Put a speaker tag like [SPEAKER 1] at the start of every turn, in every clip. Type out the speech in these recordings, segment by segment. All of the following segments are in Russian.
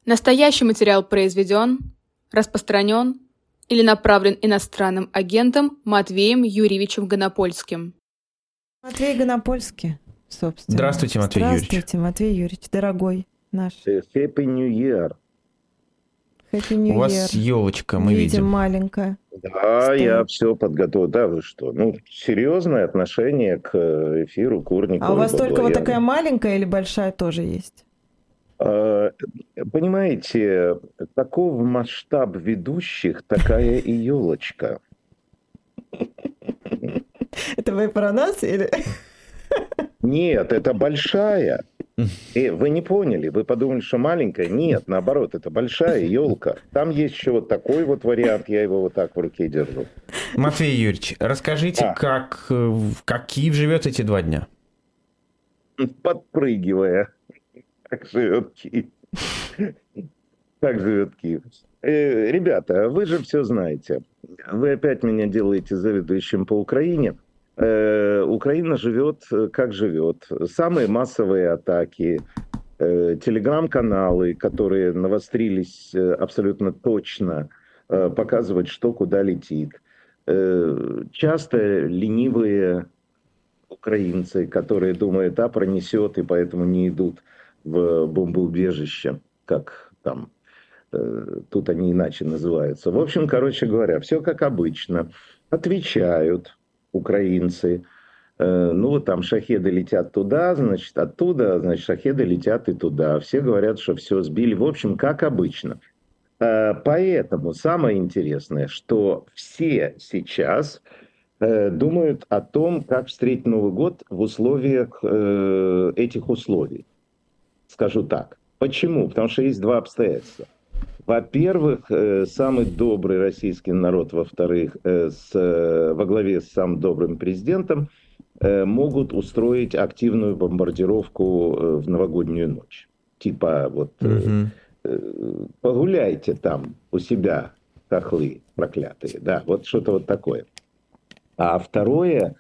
[SPEAKER 1] Настоящий материал произведен, распространен или направлен иностранным агентом Матвеем Юрьевичем Гонопольским.
[SPEAKER 2] Матвей Гонопольский, собственно.
[SPEAKER 3] Здравствуйте, Матвей Юрьевич.
[SPEAKER 2] Здравствуйте, Матвей Юрьевич, дорогой наш.
[SPEAKER 4] Happy New Year.
[SPEAKER 2] Happy New Year.
[SPEAKER 3] У вас елочка, мы видим.
[SPEAKER 2] Маленькая.
[SPEAKER 4] Да,
[SPEAKER 2] Стоит.
[SPEAKER 4] я все подготовил. Да, вы что? Ну, серьезное отношение к эфиру Курникова.
[SPEAKER 2] А у вас только вот такая маленькая или большая тоже есть?
[SPEAKER 4] Понимаете, таков масштаб ведущих, такая и елочка.
[SPEAKER 2] Это вы про нас или...
[SPEAKER 4] Нет, это большая. Вы не поняли, вы подумали, что маленькая? Нет, наоборот, это большая елка. Там есть еще вот такой вот вариант, я его вот так в руке держу.
[SPEAKER 3] Матвей Юрьевич, расскажите, как Киев живет эти 2 дня?
[SPEAKER 4] Подпрыгивая. Как живет Киев. Как живет Киев. Ребята, вы же все знаете. Вы опять меня делаете заведующим по Украине. Украина живет, как живет. Самые массовые атаки, телеграм-каналы, которые навострились абсолютно точно показывать, что куда летит. Часто ленивые украинцы, которые думают, пронесет, и поэтому не идут в бомбоубежище, как там, тут они иначе называются. В общем, короче говоря, все как обычно. Отвечают украинцы. Ну, вот там шахеды летят туда, значит, оттуда, значит, шахеды летят и туда. Все говорят, что все сбили. В общем, как обычно. Поэтому самое интересное, что все сейчас думают о том, как встретить Новый год в условиях этих условий. Скажу так. Почему? Потому что есть 2 обстоятельства. Во-первых, самый добрый российский народ, во-вторых, во главе с самым добрым президентом, могут устроить активную бомбардировку в новогоднюю ночь. Типа вот погуляйте там у себя, хохлы проклятые. Да, вот что-то вот такое. А второе,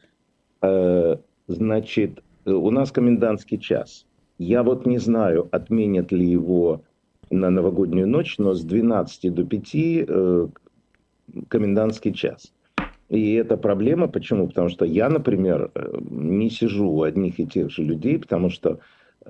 [SPEAKER 4] значит, у нас комендантский час. Я вот не знаю, отменят ли его на новогоднюю ночь, но с 12 до 5 комендантский час. И это проблема. Почему? Потому что я, например, не сижу у одних и тех же людей, потому что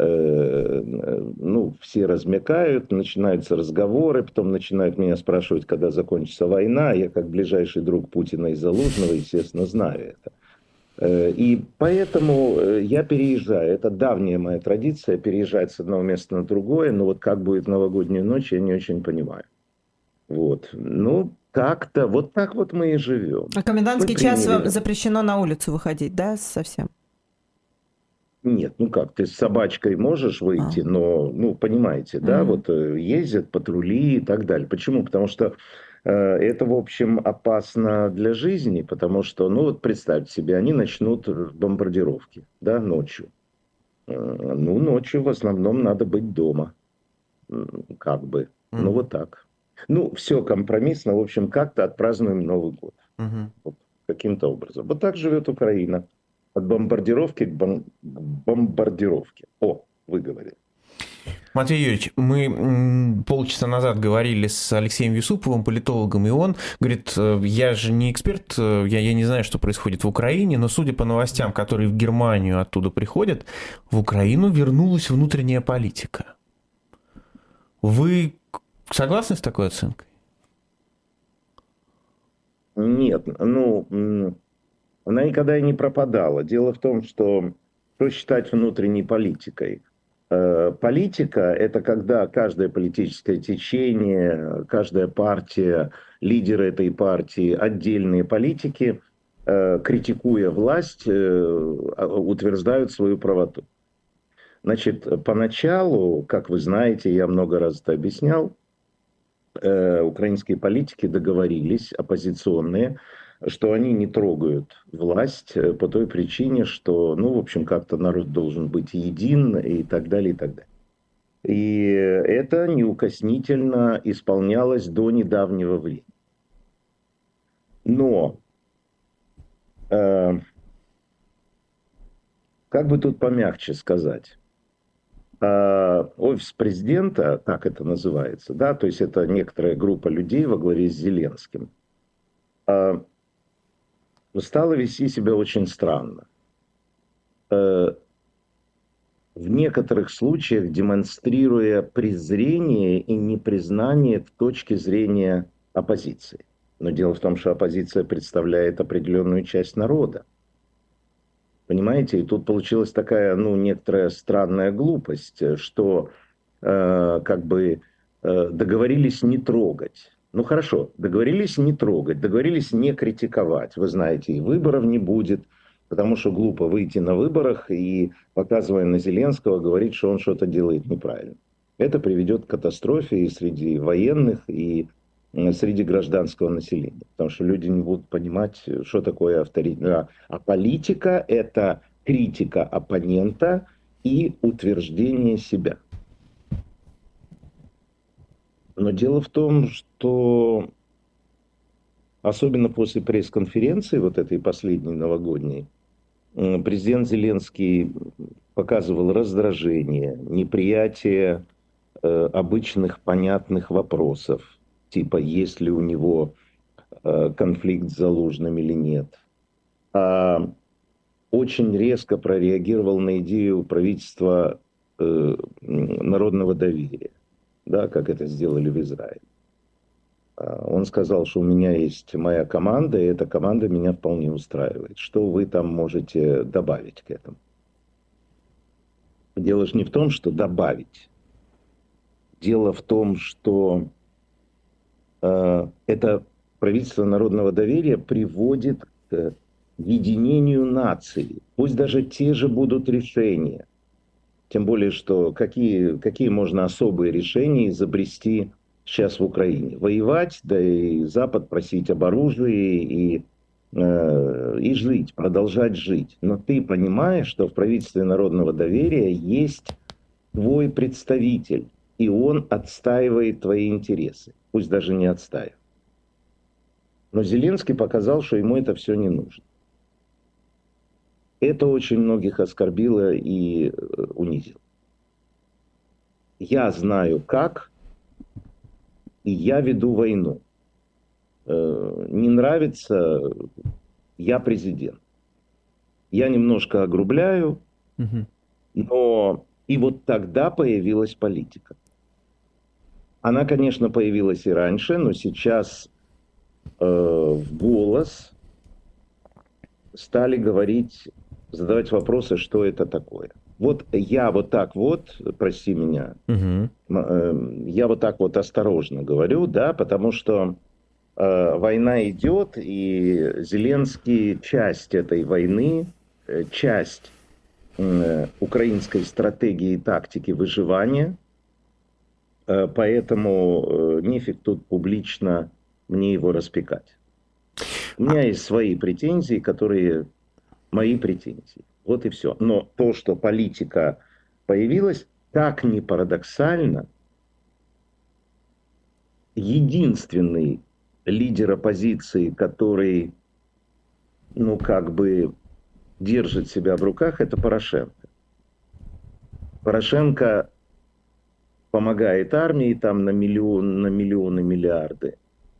[SPEAKER 4] все размякают, начинаются разговоры, потом начинают меня спрашивать, когда закончится война. Я, как ближайший друг Путина и Залужного, естественно, знаю это. И поэтому я переезжаю. Это давняя моя традиция, переезжать с одного места на другое. Но вот как будет новогоднюю ночь, я не очень понимаю. Вот. Ну, как-то вот так вот мы и живем.
[SPEAKER 2] А комендантский час вам запрещено на улицу выходить, да, совсем?
[SPEAKER 4] Нет, ну как, ты с собачкой можешь выйти, но, ну, понимаете, да, вот ездят патрули и так далее. Почему? Потому что это, в общем, опасно для жизни, потому что, ну, вот представьте себе, они начнут бомбардировки, да, ночью. Ну, ночью в основном надо быть дома, как бы, ну, вот так. Ну, все компромиссно, в общем, как-то отпразднуем Новый год. Вот, каким-то образом. Вот так живет Украина. От бомбардировки к бомбардировке. О, выговорили.
[SPEAKER 3] Матвей Юрьевич, мы полчаса назад говорили с Алексеем Юсуповым, политологом, и он говорит, я же не эксперт, я не знаю, что происходит в Украине, но судя по новостям, которые в Германию оттуда приходят, в Украину вернулась внутренняя политика. Вы согласны с такой оценкой?
[SPEAKER 4] Нет, ну, она никогда и не пропадала. Дело в том, что считать внутренней политикой? Политика – это когда каждое политическое течение, каждая партия, лидеры этой партии, отдельные политики, критикуя власть, утверждают свою правоту. Значит, поначалу, как вы знаете, я много раз это объяснял, украинские политики договорились, оппозиционные, что они не трогают власть по той причине, что, ну, в общем, как-то народ должен быть един и так далее, и так далее. И это неукоснительно исполнялось до недавнего времени. Но, как бы тут помягче сказать, Офис президента, так это называется, да, то есть это некоторая группа людей во главе с Зеленским, стала вести себя очень странно. В некоторых случаях демонстрируя презрение и непризнание в точке зрения оппозиции. Но дело в том, что оппозиция представляет определенную часть народа. Понимаете, и тут получилась такая, некоторая странная глупость, что договорились не трогать. Ну хорошо, договорились не трогать, договорились не критиковать. Вы знаете, и выборов не будет, потому что глупо выйти на выборах и, показывая на Зеленского, говорить, что он что-то делает неправильно. Это приведет к катастрофе и среди военных, и среди гражданского населения. Потому что люди не будут понимать, что такое авторитет. А политика – это критика оппонента и утверждение себя. Но дело в том, что особенно после пресс-конференции, вот этой последней новогодней, президент Зеленский показывал раздражение, неприятие обычных понятных вопросов, типа есть ли у него конфликт с Залужным или нет. Очень резко прореагировал на идею правительства народного доверия, да, как это сделали в Израиле. Он сказал, что у меня есть моя команда, и эта команда меня вполне устраивает. Что вы там можете добавить к этому? Дело же не в том, что добавить. Дело в том, что это правительство народного доверия приводит к единению нации. Пусть даже те же будут решения. Тем более, что какие можно особые решения изобрести сейчас в Украине? Воевать, да и Запад просить об оружии и жить, продолжать жить. Но ты понимаешь, что в правительстве народного доверия есть твой представитель, и он отстаивает твои интересы. Пусть даже не отстаивает. Но Зеленский показал, что ему это все не нужно. Это очень многих оскорбило и унизило. Я знаю как, и я веду войну. Не нравится, я президент. Я немножко огрубляю, но и вот тогда появилась политика. Она, конечно, появилась и раньше, но сейчас в голос стали говорить, задавать вопросы, что это такое. Вот я вот так вот, прости меня, я вот так вот осторожно говорю, да, потому что война идет, и Зеленский часть этой войны, часть украинской стратегии и тактики выживания, поэтому нефиг тут публично мне его распекать. У меня есть свои претензии, которые мои претензии. Вот и все. Но то, что политика появилась, как ни парадоксально, единственный лидер оппозиции, который, держит себя в руках, это Порошенко. Порошенко помогает армии там на миллионы, миллиарды.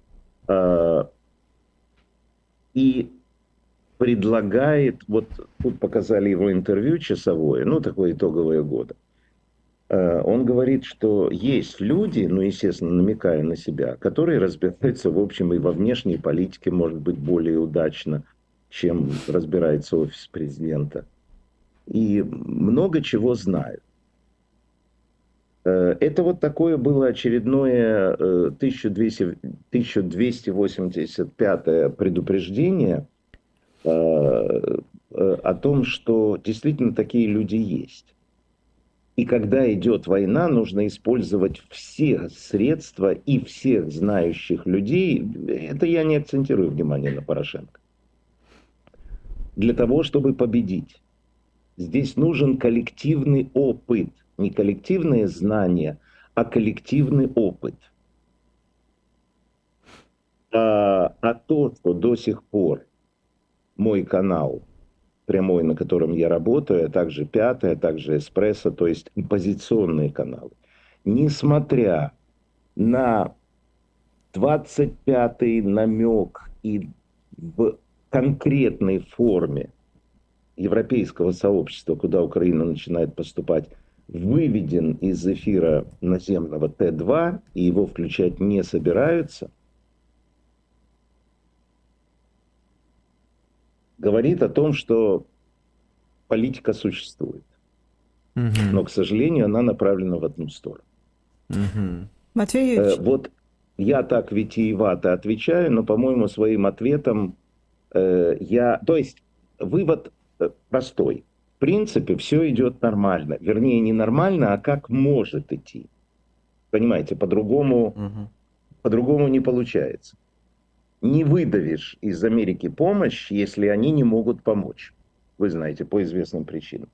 [SPEAKER 4] И предлагает, вот тут показали его интервью часовое, такое итоговое года. Он говорит, что есть люди, естественно, намекая на себя, которые разбираются в общем и во внешней политике, может быть, более удачно, чем разбирается офис президента. И много чего знают. Это вот такое было очередное 1285-е предупреждение о том, что действительно такие люди есть. И когда идет война, нужно использовать все средства и всех знающих людей. Это я не акцентирую внимание на Порошенко. Для того, чтобы победить. Здесь нужен коллективный опыт. Не коллективные знания, а коллективный опыт. А то, что до сих пор мой канал прямой, на котором я работаю, а также Пятый, а также Эспрессо, то есть оппозиционные каналы. Несмотря на 25-й намек и в конкретной форме европейского сообщества, куда Украина начинает поступать, выведен из эфира наземного Т-2, и его включать не собираются, говорит о том, что политика существует. Но, к сожалению, она направлена в одну сторону.
[SPEAKER 2] Матвей Юрьевич.
[SPEAKER 4] Вот я так витиевато отвечаю, но, по-моему, своим ответом То есть вывод простой. В принципе, все идет нормально. Вернее, не нормально, а как может идти. Понимаете, по-другому не получается. Не выдавишь из Америки помощь, если они не могут помочь. Вы знаете, по известным причинам.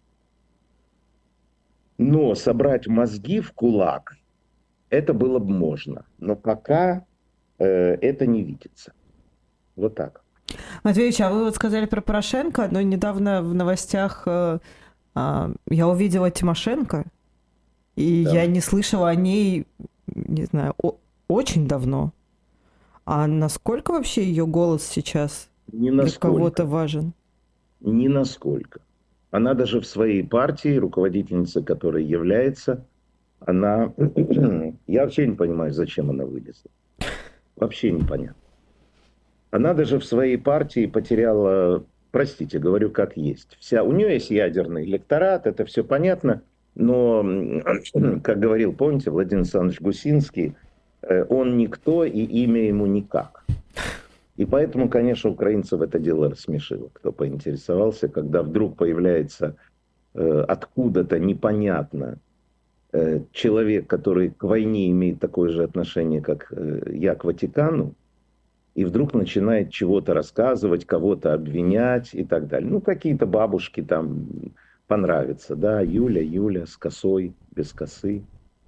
[SPEAKER 4] Но собрать мозги в кулак, это было бы можно. Но пока это не видится. Вот так.
[SPEAKER 2] Матвей Ильич, а вы вот сказали про Порошенко, но недавно в новостях я увидела Тимошенко, и я не слышала о ней, не знаю, очень давно. А насколько вообще ее голос сейчас для кого-то важен?
[SPEAKER 4] Ни насколько. Она даже в своей партии, руководительница которой является, она... Я вообще не понимаю, зачем она вылезла. Вообще непонятно. Она даже в своей партии потеряла, простите, говорю как есть. У нее есть ядерный электорат, это все понятно, но, как говорил, помните, Владимир Александрович Гусинский, он никто и имя ему никак. И поэтому, конечно, украинцев это дело рассмешило. Кто поинтересовался, когда вдруг появляется откуда-то непонятно человек, который к войне имеет такое же отношение, как я к Ватикану, и вдруг начинает чего-то рассказывать, кого-то обвинять и так далее. Ну, какие-то бабушки там понравятся, да, Юля с косой, без косы.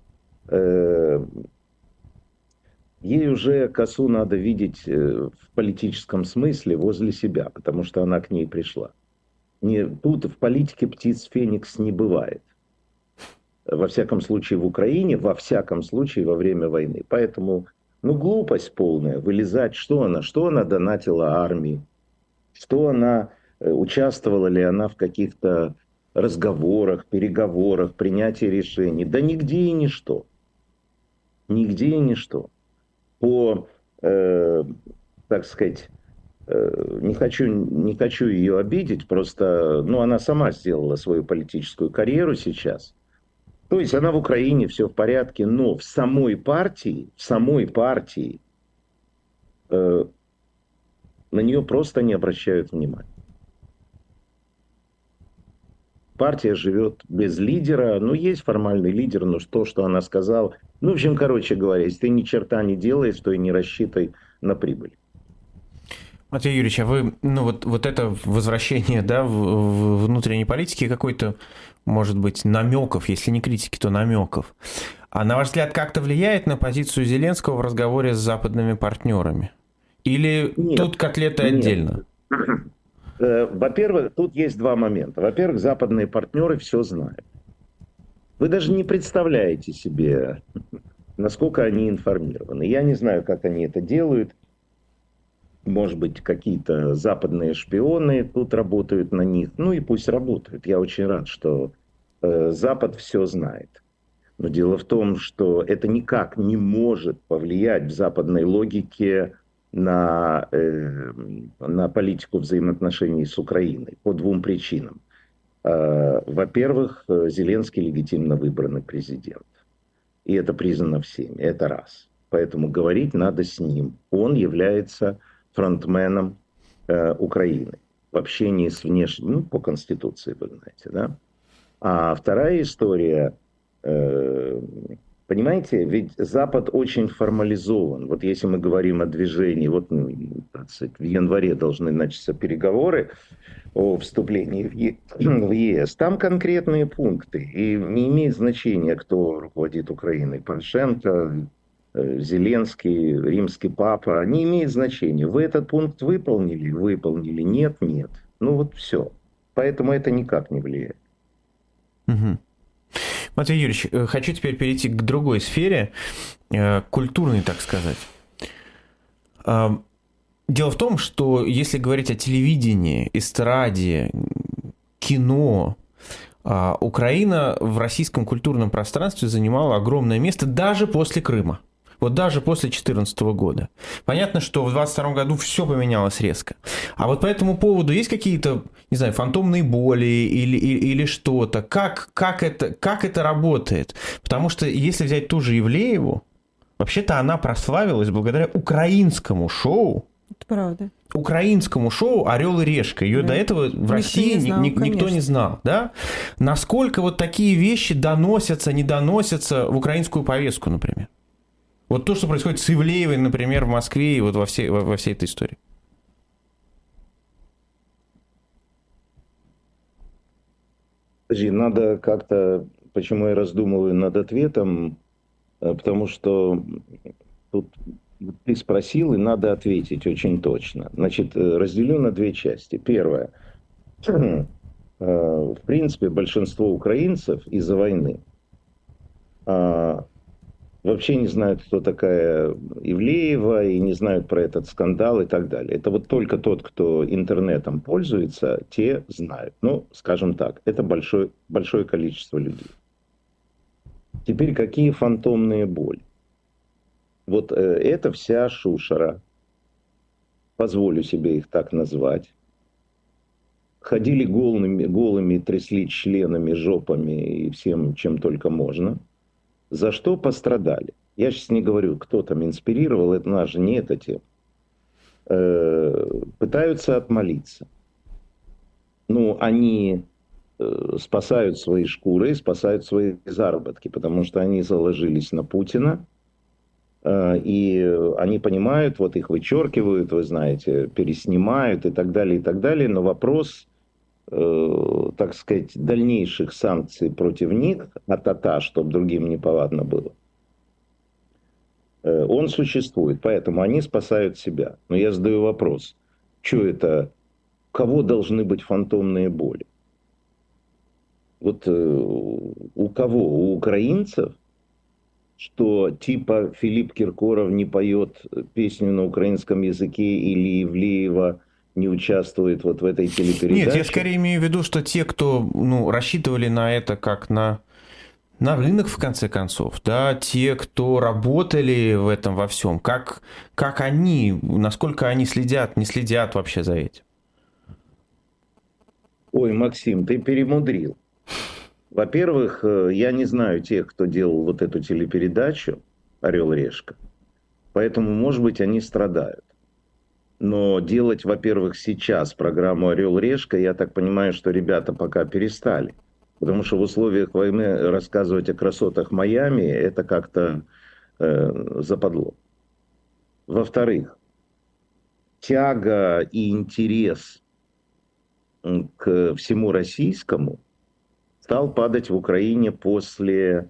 [SPEAKER 4] Ей уже косу надо видеть в политическом смысле возле себя, потому что она к ней пришла. Тут в политике птиц Феникс не бывает. Во всяком случае в Украине, во всяком случае во время войны. Поэтому... глупость полная, вылезать, что она донатила армии, участвовала ли она в каких-то разговорах, переговорах, принятии решений. Да нигде и ничто. Нигде и ничто. Так сказать, не хочу ее обидеть, просто, она сама сделала свою политическую карьеру сейчас. То есть она в Украине, все в порядке, но в самой партии на нее просто не обращают внимания. Партия живет без лидера, есть формальный лидер, но то, что она сказала. В общем, короче говоря, если ты ни черта не делаешь, то и не рассчитай на прибыль.
[SPEAKER 3] Матвей Юрьевич, а вы, вот это возвращение, да, в внутренней политике какой-то, может быть, намеков, если не критики, то намеков. А на ваш взгляд, как-то влияет на позицию Зеленского в разговоре с западными партнерами? Или тут котлеты отдельно?
[SPEAKER 4] Во-первых, тут есть два момента. Во-первых, западные партнеры все знают. Вы даже не представляете себе, насколько они информированы. Я не знаю, как они это делают. Может быть, какие-то западные шпионы тут работают на них. И пусть работают. Я очень рад, что Запад все знает. Но дело в том, что это никак не может повлиять в западной логике на политику взаимоотношений с Украиной. По двум причинам. Во-первых, Зеленский легитимно выбранный президент. И это признано всеми. Это раз. Поэтому говорить надо с ним. Он является фронтменом Украины в общении с внешним, по Конституции, вы знаете, да? А вторая история, понимаете, ведь Запад очень формализован. Вот если мы говорим о движении, в январе должны начаться переговоры о вступлении в ЕС, там конкретные пункты, и не имеет значения, кто руководит Украиной, Порошенко, Зеленский, римский папа, не имеет значения. Вы этот пункт выполнили? Выполнили. Нет. Все. Поэтому это никак не влияет.
[SPEAKER 3] Угу. Матвей Юрьевич, хочу теперь перейти к другой сфере, культурной, так сказать. Дело в том, что если говорить о телевидении, эстраде, кино, Украина в российском культурном пространстве занимала огромное место даже после Крыма. Вот даже после 2014 года. Понятно, что в 2022 году все поменялось резко. А вот по этому поводу есть какие-то, не знаю, фантомные боли или что-то? Как это работает? Потому что если взять ту же Ивлееву, вообще-то она прославилась благодаря украинскому шоу.
[SPEAKER 2] Это правда.
[SPEAKER 3] Украинскому шоу «Орел и решка». Ее до этого в России никто не знал. Да? Насколько вот такие вещи доносятся, не доносятся в украинскую повестку, например? Вот то, что происходит с Ивлеевой, например, в Москве и вот во всей этой истории.
[SPEAKER 4] Подожди, надо как-то... Почему я раздумываю над ответом? Потому что тут ты спросил, и надо ответить очень точно. Значит, разделю на две части. Первое. В принципе, большинство украинцев из-за войны вообще не знают, кто такая Ивлеева, и не знают про этот скандал и так далее. Это вот только тот, кто интернетом пользуется, те знают. Ну, скажем так, это большое количество людей. Теперь какие фантомные боли? Вот это вся шушера, позволю себе их так назвать. Ходили голыми, трясли членами, жопами и всем, чем только можно. За что пострадали? Я сейчас не говорю, кто там инспирировал, это наша не эта тема. Пытаются отмолиться. Ну, они спасают свои шкуры, спасают свои заработки, потому что они заложились на Путина, и они понимают, вот их вычеркивают, вы знаете, переснимают и так далее, но вопрос, так сказать, дальнейших санкций против них, чтобы другим неповадно было, он существует, поэтому они спасают себя. Но я задаю вопрос, что это, у кого должны быть фантомные боли? Вот у кого? У украинцев? Что типа Филипп Киркоров не поет песню на украинском языке или Ивлеева не участвует вот в этой телепередаче?
[SPEAKER 3] Нет, я скорее имею в виду, что те, кто рассчитывали на это как на рынок, в конце концов, да, те, кто работали в этом во всем, как они, насколько они следят, не следят вообще за этим?
[SPEAKER 4] Ой, Максим, ты перемудрил. Во-первых, я не знаю тех, кто делал вот эту телепередачу «Орел и решка», поэтому, может быть, они страдают. Но делать, во-первых, сейчас программу «Орел и решка», я так понимаю, что ребята пока перестали. Потому что в условиях войны рассказывать о красотах Майами – это как-то западло. Во-вторых, тяга и интерес к всему российскому стал падать в Украине после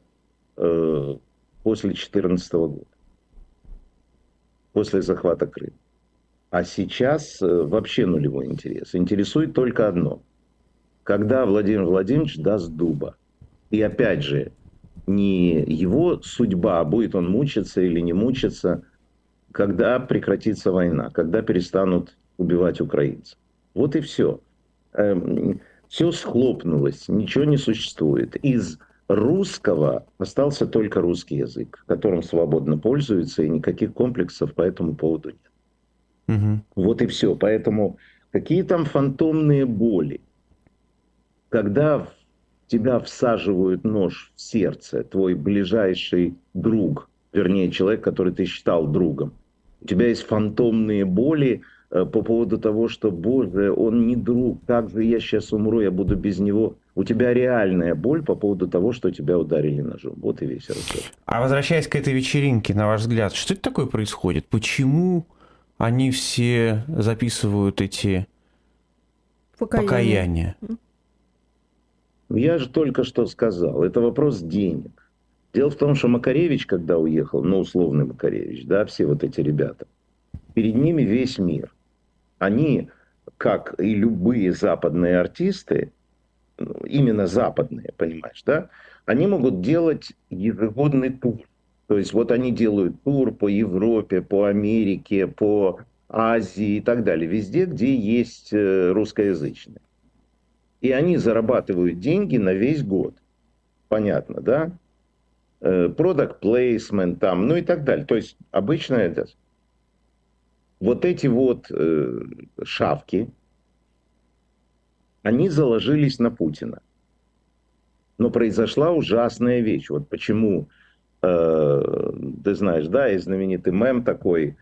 [SPEAKER 4] 2014 года, после захвата Крыма. А сейчас вообще нулевой интерес. Интересует только одно. Когда Владимир Владимирович даст дуба. И опять же, не его судьба, будет он мучиться или не мучиться, когда прекратится война, когда перестанут убивать украинцев. Вот и все. Все схлопнулось, ничего не существует. Из русского остался только русский язык, которым свободно пользуются, и никаких комплексов по этому поводу нет. Угу. Вот и все. Поэтому какие там фантомные боли? Когда в тебя всаживают нож в сердце, твой ближайший друг, вернее, человек, который ты считал другом, у тебя есть фантомные боли по поводу того, что, боже, он не друг, как же я сейчас умру, я буду без него. У тебя реальная боль по поводу того, что тебя ударили ножом. Вот и весь разговор.
[SPEAKER 3] А возвращаясь к этой вечеринке, на ваш взгляд, что это такое происходит? Почему они все записывают эти покаяния?
[SPEAKER 4] Я же только что сказал, это вопрос денег. Дело в том, что Макаревич, когда уехал, условный Макаревич, да, все вот эти ребята, перед ними весь мир. Они как и любые западные артисты, именно западные, понимаешь, да, они могут делать ежегодный тур. То есть вот они делают тур по Европе, по Америке, по Азии и так далее, везде, где есть русскоязычные. И они зарабатывают деньги на весь год. Понятно, да? Product placement там, ну и так далее. То есть обычно это... Вот эти вот шавки, они заложились на Путина. Но произошла ужасная вещь. Вот почему, ты знаешь, да, есть знаменитый мем такой,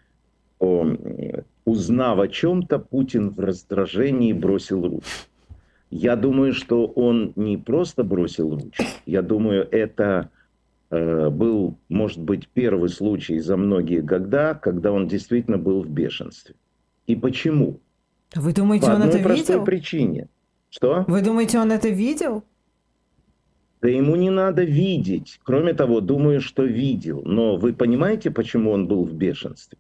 [SPEAKER 4] узнав о чем-то, Путин в раздражении бросил ручку. Я думаю, что он не просто бросил ручку. Я думаю, это был, может быть, первый случай за многие года, когда он действительно был в бешенстве. И почему?
[SPEAKER 2] Вы думаете,
[SPEAKER 4] По
[SPEAKER 2] он
[SPEAKER 4] одной
[SPEAKER 2] это
[SPEAKER 4] простой
[SPEAKER 2] видел?
[SPEAKER 4] причине. Что?
[SPEAKER 2] Вы думаете, он это видел?
[SPEAKER 4] Да ему не надо видеть. Кроме того, думаю, что видел. Но вы понимаете, почему он был в бешенстве?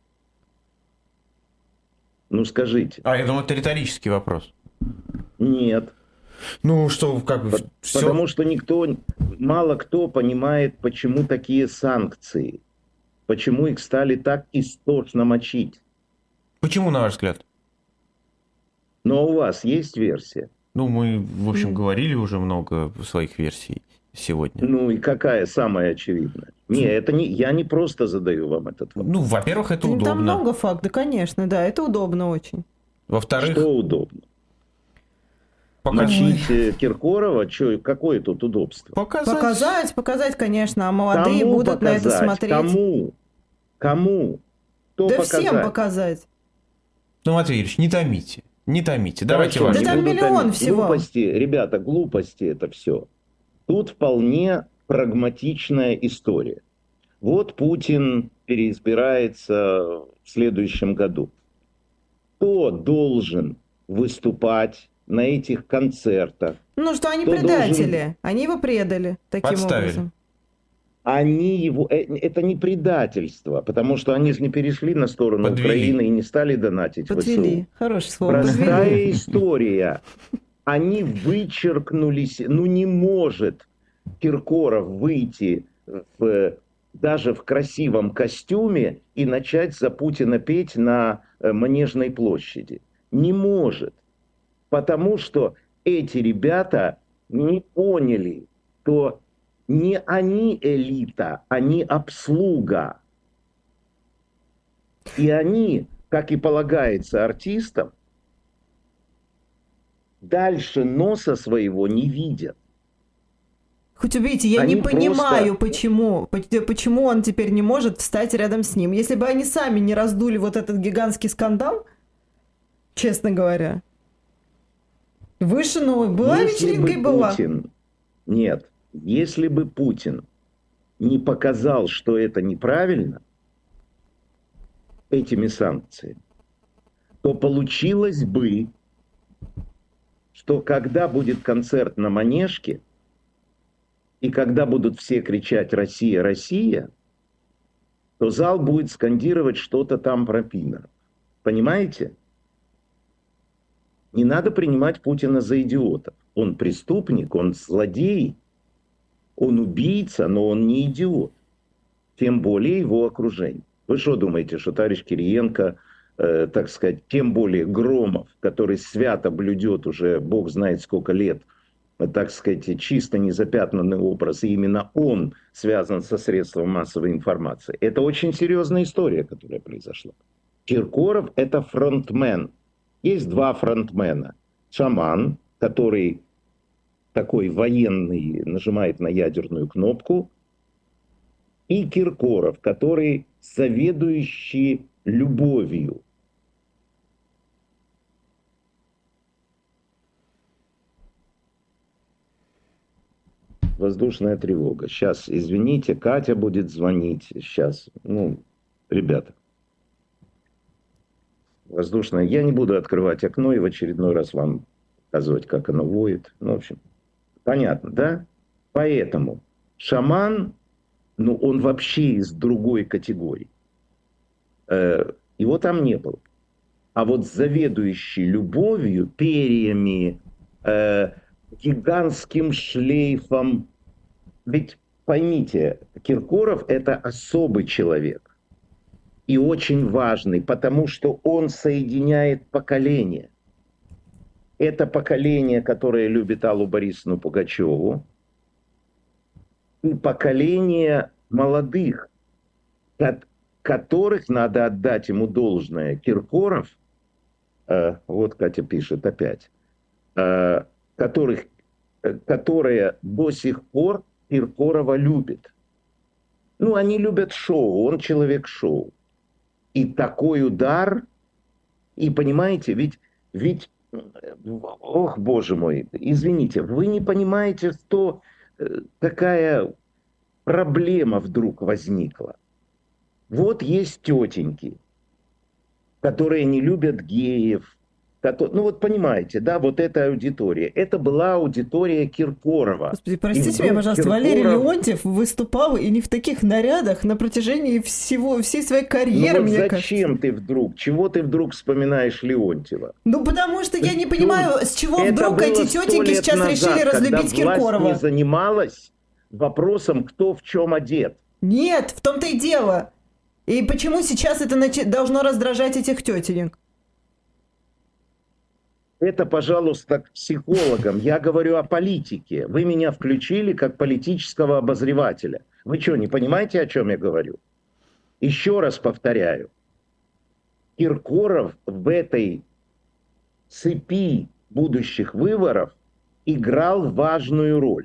[SPEAKER 4] Ну, скажите.
[SPEAKER 3] Я думаю, это риторический вопрос.
[SPEAKER 4] Нет.
[SPEAKER 3] Ну, что, как бы, все...
[SPEAKER 4] Потому что мало кто понимает, почему такие санкции. Почему их стали так истошно мочить.
[SPEAKER 3] Почему, на ваш взгляд?
[SPEAKER 4] Но у вас есть версия?
[SPEAKER 3] Ну, мы, в общем, говорили уже много своих версий сегодня.
[SPEAKER 4] Ну, и какая самая очевидная? Не, это не, я не просто задаю вам этот вопрос.
[SPEAKER 3] Ну, во-первых, это удобно.
[SPEAKER 2] Там много фактов, конечно, да, это удобно очень.
[SPEAKER 3] Во-вторых...
[SPEAKER 4] Что удобно? Мочить Киркорова? Какое тут удобство?
[SPEAKER 2] Показать, конечно, а молодые
[SPEAKER 4] Кому
[SPEAKER 2] будут
[SPEAKER 4] показать?
[SPEAKER 2] на это смотреть.
[SPEAKER 4] Кому? Кто
[SPEAKER 2] да
[SPEAKER 4] показать?
[SPEAKER 2] всем показать.
[SPEAKER 3] Ну, Матвей Юрьевич, не томите. Не томите. Давайте
[SPEAKER 4] Хорошо,
[SPEAKER 3] ваши...
[SPEAKER 2] Да там миллион
[SPEAKER 4] томить.
[SPEAKER 2] всего.
[SPEAKER 4] Глупости, ребята, глупости это все. Тут вполне прагматичная история. Вот Путин переизбирается в следующем году. Кто должен выступать на этих концертах?
[SPEAKER 2] Ну что, они
[SPEAKER 4] Кто
[SPEAKER 2] предатели.
[SPEAKER 4] должен...
[SPEAKER 2] Они его предали таким
[SPEAKER 3] Подставили.
[SPEAKER 2] образом.
[SPEAKER 4] Они его... Это не предательство, потому что они же не перешли на сторону
[SPEAKER 3] Подвели.
[SPEAKER 4] Украины и не стали донатить
[SPEAKER 2] Подвели.
[SPEAKER 4] ВСУ.
[SPEAKER 2] Хорошее слово.
[SPEAKER 4] Простая
[SPEAKER 2] Подвели.
[SPEAKER 4] история. Они вычеркнулись. Ну не может Киркоров выйти даже в красивом костюме и начать за Путина петь на Манежной площади. Не может. Потому что эти ребята не поняли, что не они элита, они обслуга. И они, как и полагается артистам, дальше носа своего не видят.
[SPEAKER 2] Хоть убейте, я
[SPEAKER 4] Они
[SPEAKER 2] не понимаю,
[SPEAKER 4] просто-
[SPEAKER 2] почему он теперь не может встать рядом с ним. Если бы они сами не раздули вот этот гигантский скандал, честно говоря, выше, ну, была
[SPEAKER 4] Если
[SPEAKER 2] вечеринка
[SPEAKER 4] бы
[SPEAKER 2] и была.
[SPEAKER 4] Путин... Нет, если бы Путин не показал, что это неправильно, этими санкциями, то получилось бы, что когда будет концерт на Манежке, и когда будут все кричать «Россия, Россия», то зал будет скандировать что-то там про пидоров. Понимаете? Не надо принимать Путина за идиота. Он преступник, он злодей, он убийца, но он не идиот. Тем более его окружение. Вы что думаете, что товарищ Кириенко, так сказать, тем более Громов, который свято блюдет уже бог знает сколько лет, так сказать, чисто незапятнанный образ, и именно он связан со средством массовой информации. Это очень серьезная история, которая произошла. Киркоров – это фронтмен. Есть два фронтмена. Шаман, который такой военный, нажимает на ядерную кнопку, и Киркоров, который заведующий любовью. Воздушная тревога. Сейчас, извините, Катя будет звонить. Сейчас, ребята. Воздушная. Я не буду открывать окно и в очередной раз вам показывать, как оно воет. Ну, в общем, понятно, да? Поэтому шаман, он вообще из другой категории. Его там не было. а вот заведующий любовью, перьями, гигантским шлейфом. Ведь поймите, Киркоров – это особый человек и очень важный, потому что он соединяет поколения. Это поколение, которое любит Аллу Борисовну Пугачеву, и поколение молодых, которых надо отдать ему должное. Киркоров, вот Катя пишет опять, которые до сих пор Киркорова любят. Ну, они любят шоу, он человек шоу. И такой удар, и понимаете, ведь, ох, боже мой, извините, вы не понимаете, что какая проблема вдруг возникла. Вот есть тетеньки, которые не любят геев. Ну вот понимаете, да, вот эта аудитория. Это была аудитория Киркорова.
[SPEAKER 2] Господи, простите меня, пожалуйста, Валерий Леонтьев выступал и не в таких нарядах на протяжении всей своей карьеры,
[SPEAKER 4] ну вот
[SPEAKER 2] мне
[SPEAKER 4] зачем
[SPEAKER 2] кажется.
[SPEAKER 4] Зачем ты вдруг? Чего ты вдруг вспоминаешь Леонтьева?
[SPEAKER 2] Ну потому что я не понимаю, с чего вдруг эти тетеньки сейчас
[SPEAKER 4] назад,
[SPEAKER 2] решили разлюбить Киркорова.
[SPEAKER 4] Власть не занималась вопросом, кто в чем одет.
[SPEAKER 2] Нет, в том-то и дело. И почему сейчас это должно раздражать этих тетенек?
[SPEAKER 4] Это, пожалуйста, к психологам. Я говорю о политике. Вы меня включили как политического обозревателя. Вы что, не понимаете, о чем я говорю? Еще раз повторяю. Киркоров в этой цепи будущих выборов играл важную роль.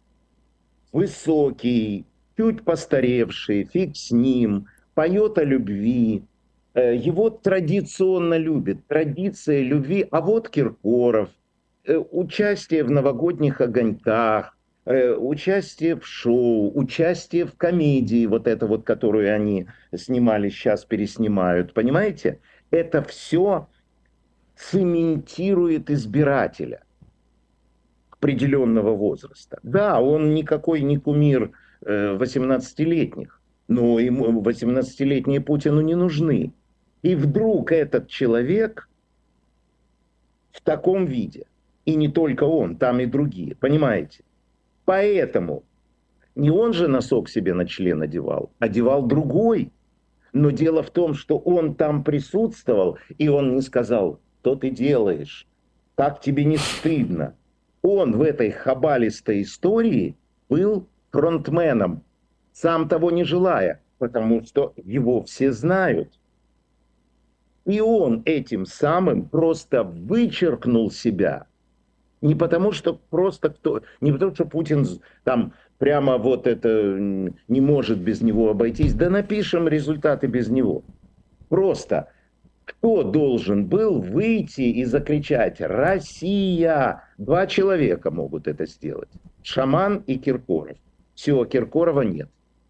[SPEAKER 4] Высокий, чуть постаревший, фиг с ним, поет о любви. Его традиционно любят, традиция любви. А вот Киркоров, участие в новогодних огоньках, участие в шоу, участие в комедии, вот это вот, которую они снимали, сейчас переснимают, понимаете? Это все цементирует избирателя определенного возраста. Да, он никакой не кумир 18-летних, но ему 18-летние Путину не нужны. И вдруг этот человек в таком виде. И не только он, там и другие, понимаете? Поэтому не он же носок себе на член одевал другой. Но дело в том, что он там присутствовал, и он не сказал, что ты делаешь, как тебе не стыдно. Он в этой хабалистой истории был фронтменом, сам того не желая, потому что его все знают. И он этим самым просто вычеркнул себя. Не потому что не потому что Путин там прямо вот это не может без него обойтись. Да напишем результаты без него. Просто кто должен был выйти и закричать «Россия»? 2 человека могут это сделать. Шаман и Киркоров. Все, Киркорова нет.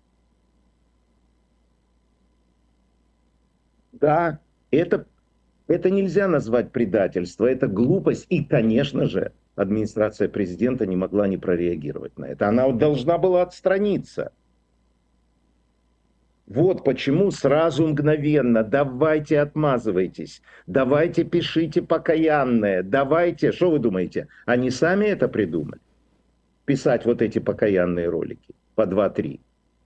[SPEAKER 4] Да. Это нельзя назвать предательство, это глупость. И, конечно же, администрация президента не могла не прореагировать на это. Она должна была отстраниться. Вот почему сразу мгновенно давайте отмазывайтесь, давайте пишите покаянное, давайте, что вы думаете, они сами это придумали? Писать вот эти покаянные ролики по 2-3.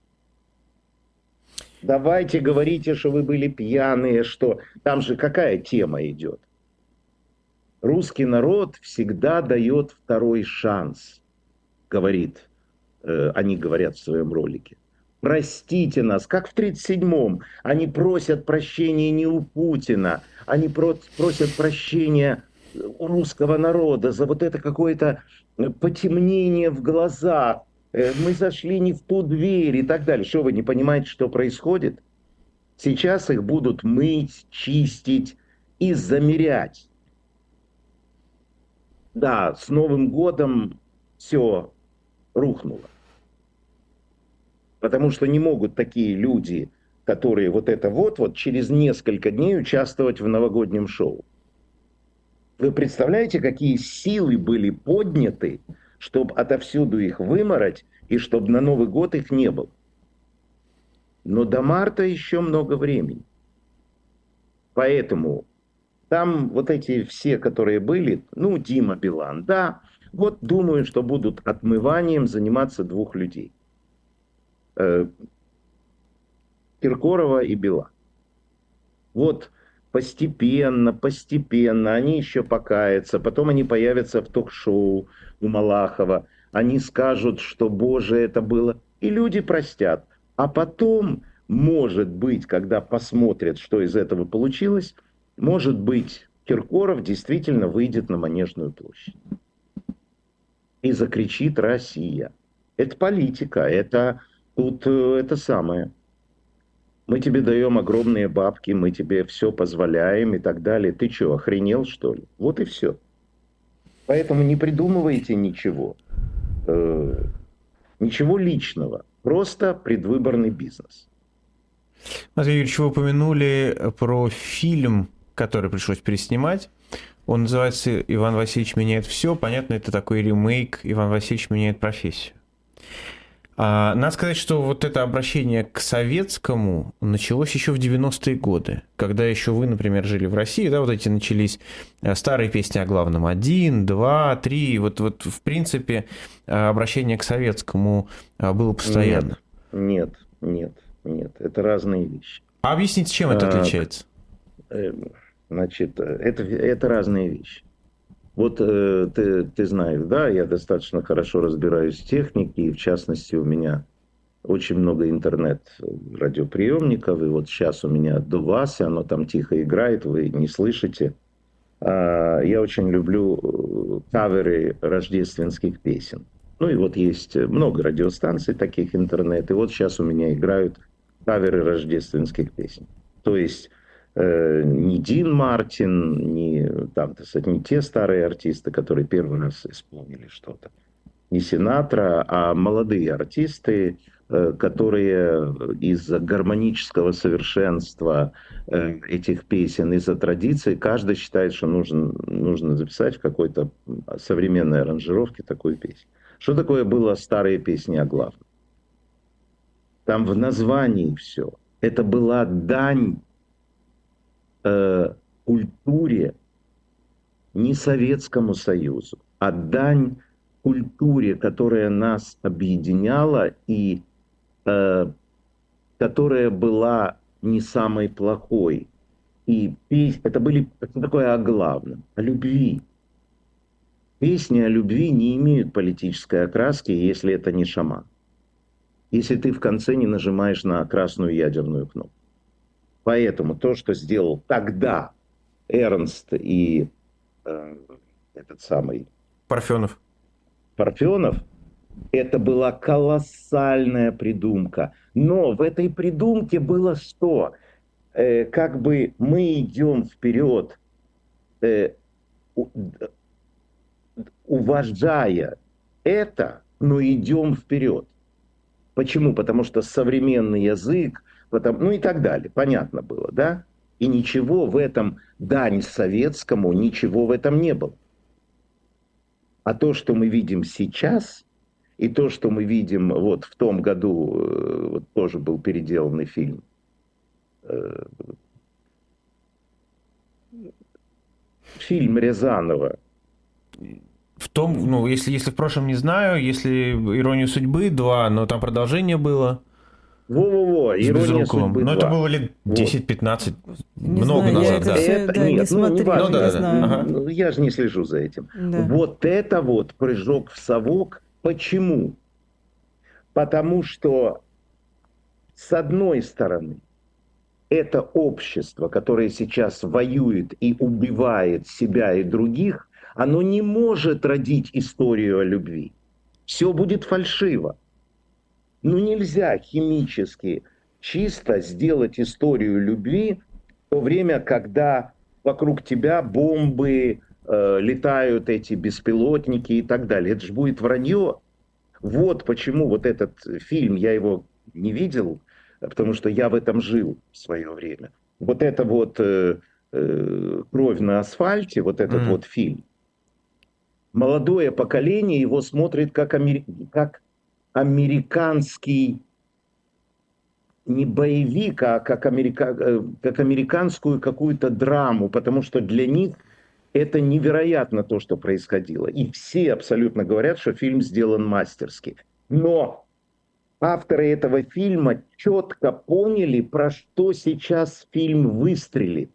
[SPEAKER 4] Давайте говорите, что вы были пьяные, что... Там же какая тема идет? Русский народ всегда дает второй шанс, они говорят в своем ролике. Простите нас, как в 1937-м. Они просят прощения не у Путина, они просят прощения у русского народа за вот это какое-то потемнение в глазах. Мы зашли не в ту дверь и так далее. Что, вы не понимаете, что происходит? Сейчас их будут мыть, чистить и замерять. Да, с Новым годом все рухнуло. Потому что не могут такие люди, которые вот через несколько дней участвовать в новогоднем шоу. Вы представляете, какие силы были подняты, чтобы отовсюду их вымороть, и чтобы на Новый год их не было. Но до марта еще много времени. Поэтому Там вот эти все, которые были, ну, Дима Билан, да, вот думаю, что будут отмыванием заниматься двух людей. Киркорова и Билан. Вот постепенно, постепенно они еще покаятся, потом они появятся в ток-шоу у Малахова, они скажут, что, боже, это было, и люди простят. А потом, может быть, когда посмотрят, что из этого получилось, может быть, Киркоров действительно выйдет на Манежную площадь и закричит «Россия». Это политика, это тут это самое. Мы тебе даем огромные бабки, мы тебе все позволяем и так далее. Ты что, охренел, что ли? Вот и все. Поэтому не придумывайте ничего. Ничего личного. Просто предвыборный бизнес.
[SPEAKER 3] Матвей Юрьевич, вы упомянули про фильм, который пришлось переснимать. Он называется «Иван Васильевич меняет все». Понятно, это такой ремейк «Иван Васильевич меняет профессию». Надо сказать, что вот это обращение к советскому началось еще в 90-е годы, когда еще вы, например, жили в России, да, вот эти начались старые песни о главном 1, 2, 3, вот в принципе обращение к советскому было постоянно.
[SPEAKER 4] Нет, это разные вещи.
[SPEAKER 3] А объясните, чем это отличается?
[SPEAKER 4] Значит, это разные вещи. Вот ты знаешь, да, я достаточно хорошо разбираюсь в технике, и в частности у меня очень много интернет-радиоприемников, и вот сейчас у меня до вас, и оно там тихо играет, вы не слышите. Я очень люблю каверы рождественских песен. Ну и вот есть много радиостанций таких интернет, и вот сейчас у меня играют каверы рождественских песен. То есть не Дин Мартин, не те старые артисты, которые первый раз исполнили что-то, не Синатра, а молодые артисты, которые из-за гармонического совершенства этих песен, из-за традиций, каждый считает, что нужно записать в какой-то современной аранжировке такую песню. Что такое было старые песни о главном? Там в названии все. Это была дань культуре, не Советскому Союзу, а дань культуре, которая нас объединяла и которая была не самой плохой. И это такое о главном, о любви. Песни о любви не имеют политической окраски, если это не шаман. Если ты в конце не нажимаешь на красную ядерную кнопку. Поэтому то, что сделал тогда Эрнст и этот самый
[SPEAKER 3] Парфенов,
[SPEAKER 4] это была колоссальная придумка. Но в этой придумке было что? Как бы мы идем вперед, уважая это, но идем вперед. Почему? Потому что современный язык, ну и так далее. Понятно было, да? И ничего в этом, дань советскому, ничего в этом не было. А то, что мы видим сейчас, и то, что мы видим вот в том году, вот тоже был переделанный фильм, фильм Рязанова.
[SPEAKER 3] В том, ну, если в прошлом не знаю, если «Иронию судьбы» 2, но там продолжение было.
[SPEAKER 4] Во-во-во, «Ирония судьбы» 2.
[SPEAKER 3] Но это было лет 10-15,
[SPEAKER 2] Не
[SPEAKER 3] много
[SPEAKER 2] знаю,
[SPEAKER 3] назад,
[SPEAKER 2] я
[SPEAKER 3] да.
[SPEAKER 2] это все, не смотрела, не знаю.
[SPEAKER 3] Ага.
[SPEAKER 4] Я же не слежу за этим.
[SPEAKER 2] Да.
[SPEAKER 4] Вот это вот прыжок в совок. Почему? Потому что, с одной стороны, это общество, которое сейчас воюет и убивает себя и других, оно не может родить историю о любви. Все будет фальшиво. Ну нельзя химически чисто сделать историю любви в то время, когда вокруг тебя бомбы, летают эти беспилотники и так далее. Это же будет вранье. Вот почему вот этот фильм, я его не видел, потому что я в этом жил в свое время. Вот это вот «Кровь на асфальте», вот этот вот фильм, молодое поколение его смотрит как американский, не боевик, а как американскую какую-то драму, потому что для них это невероятно то, что происходило. И все абсолютно говорят, что фильм сделан мастерски. Но авторы этого фильма четко поняли, про что сейчас фильм выстрелит.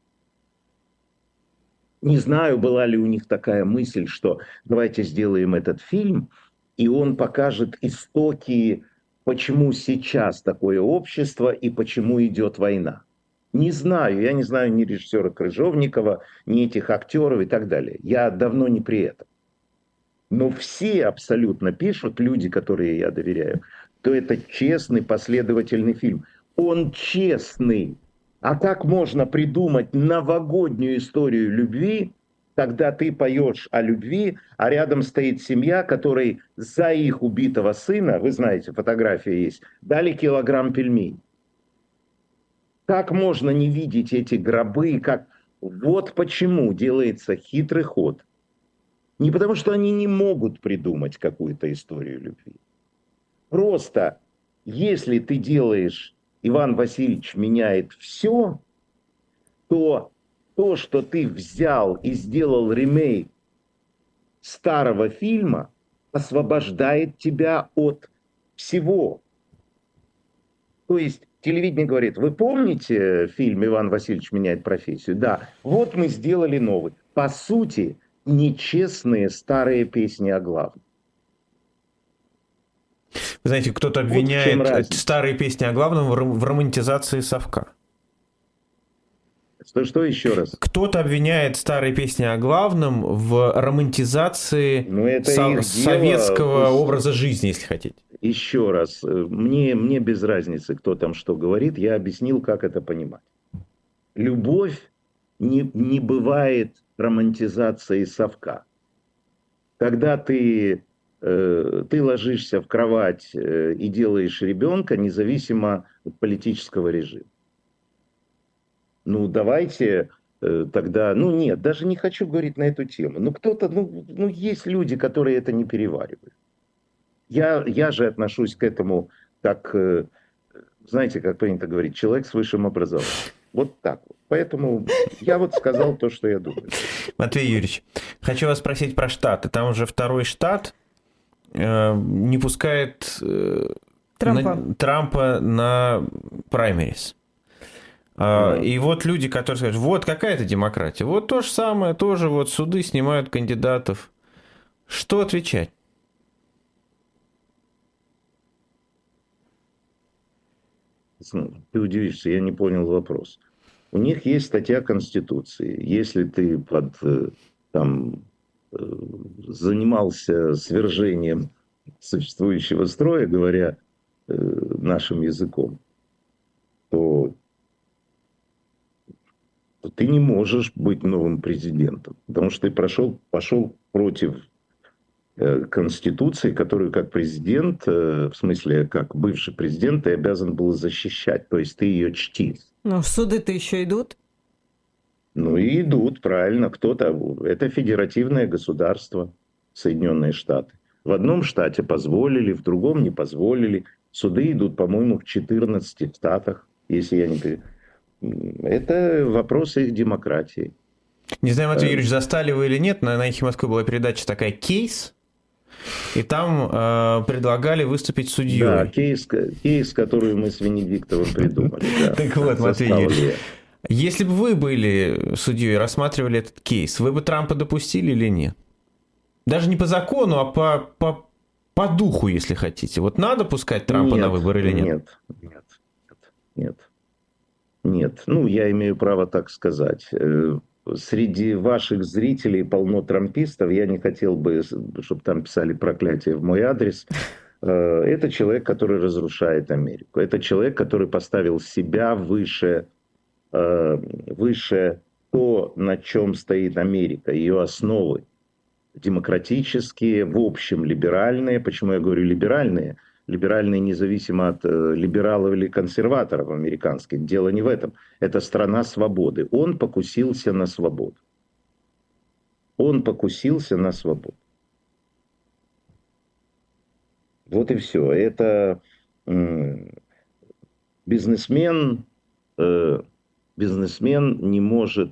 [SPEAKER 4] Не знаю, была ли у них такая мысль, что давайте сделаем этот фильм, и он покажет истоки, почему сейчас такое общество и почему идет война. Не знаю, я не знаю ни режиссера Крыжовникова, ни этих актеров и так далее. Я давно не при этом. Но все абсолютно пишут, люди, которые я доверяю, то это честный, последовательный фильм. Он честный. А как можно придумать новогоднюю историю любви, когда ты поешь о любви, а рядом стоит семья, которой за их убитого сына, вы знаете, фотография есть, дали килограмм пельменей. Как можно не видеть эти гробы, как... Вот почему делается хитрый ход. Не потому, что они не могут придумать какую-то историю любви. Просто, если ты делаешь «Иван Васильевич меняет все», то то, что ты взял и сделал ремейк старого фильма, освобождает тебя от всего. То есть телевидение говорит, вы помните фильм «Иван Васильевич меняет профессию»? Да, вот мы сделали новый. По сути, нечестные старые песни о главном.
[SPEAKER 3] Вы знаете, кто-то обвиняет старые песни о главном в романтизации совка.
[SPEAKER 4] Что еще раз?
[SPEAKER 3] Кто-то обвиняет старые песни о главном в романтизации советского образа жизни, если хотите.
[SPEAKER 4] Еще раз, мне без разницы, кто там что говорит, я объяснил, как это понимать. Любовь не бывает романтизацией совка. Когда ты ложишься в кровать и делаешь ребенка, независимо от политического режима. Ну, давайте тогда... Ну, нет, даже не хочу говорить на эту тему. Ну, кто-то... Ну, есть люди, которые это не переваривают. Я же отношусь к этому как... Знаете, как принято говорить, человек с высшим образованием. Вот так вот. Поэтому я вот сказал то, что я думаю.
[SPEAKER 3] Матвей Юрьевич, хочу вас спросить про Штаты. Там уже второй штат не пускает Трампа на праймерис. И вот люди, которые скажут, вот какая-то демократия, вот то же самое, тоже вот суды снимают кандидатов. Что отвечать?
[SPEAKER 4] Ты удивишься, я не понял вопрос. У них есть статья Конституции. Если ты занимался свержением существующего строя, говоря нашим языком, то ты не можешь быть новым президентом, потому что ты пошел против Конституции, которую как президент, в смысле как бывший президент, ты обязан был защищать, то есть ты ее чтишь.
[SPEAKER 2] Но суды-то еще идут?
[SPEAKER 4] Ну и идут, правильно, кто-то. Это федеративное государство, Соединенные Штаты. В одном штате позволили, в другом не позволили. Суды идут, по-моему, в 14 штатах, если я не... Это вопрос их демократии.
[SPEAKER 3] Не знаю, Матвей Юрьевич, застали вы или нет, на «Эхе Москвы» была передача такая «Кейс», и там предлагали выступить судьей.
[SPEAKER 4] Да, кейс, который мы с Венедиктовым придумали. Да.
[SPEAKER 3] Так вот, Матвей Юрьевич, если бы вы были судьей и рассматривали этот кейс, вы бы Трампа допустили или нет? Даже не по закону, а по духу, если хотите. Вот надо пускать Трампа на выборы или нет?
[SPEAKER 4] Нет. Ну, я имею право так сказать. Среди ваших зрителей полно трампистов. Я не хотел бы, чтобы там писали проклятие в мой адрес. Это человек, который разрушает Америку. Это человек, который поставил себя выше то, на чем стоит Америка, ее основы. Демократические, в общем, либеральные. Почему я говорю либеральные? Либеральные независимо от либералов или консерваторов американских. Дело не в этом. Это страна свободы. Он покусился на свободу. Вот и все. Это Бизнесмен, бизнесмен не может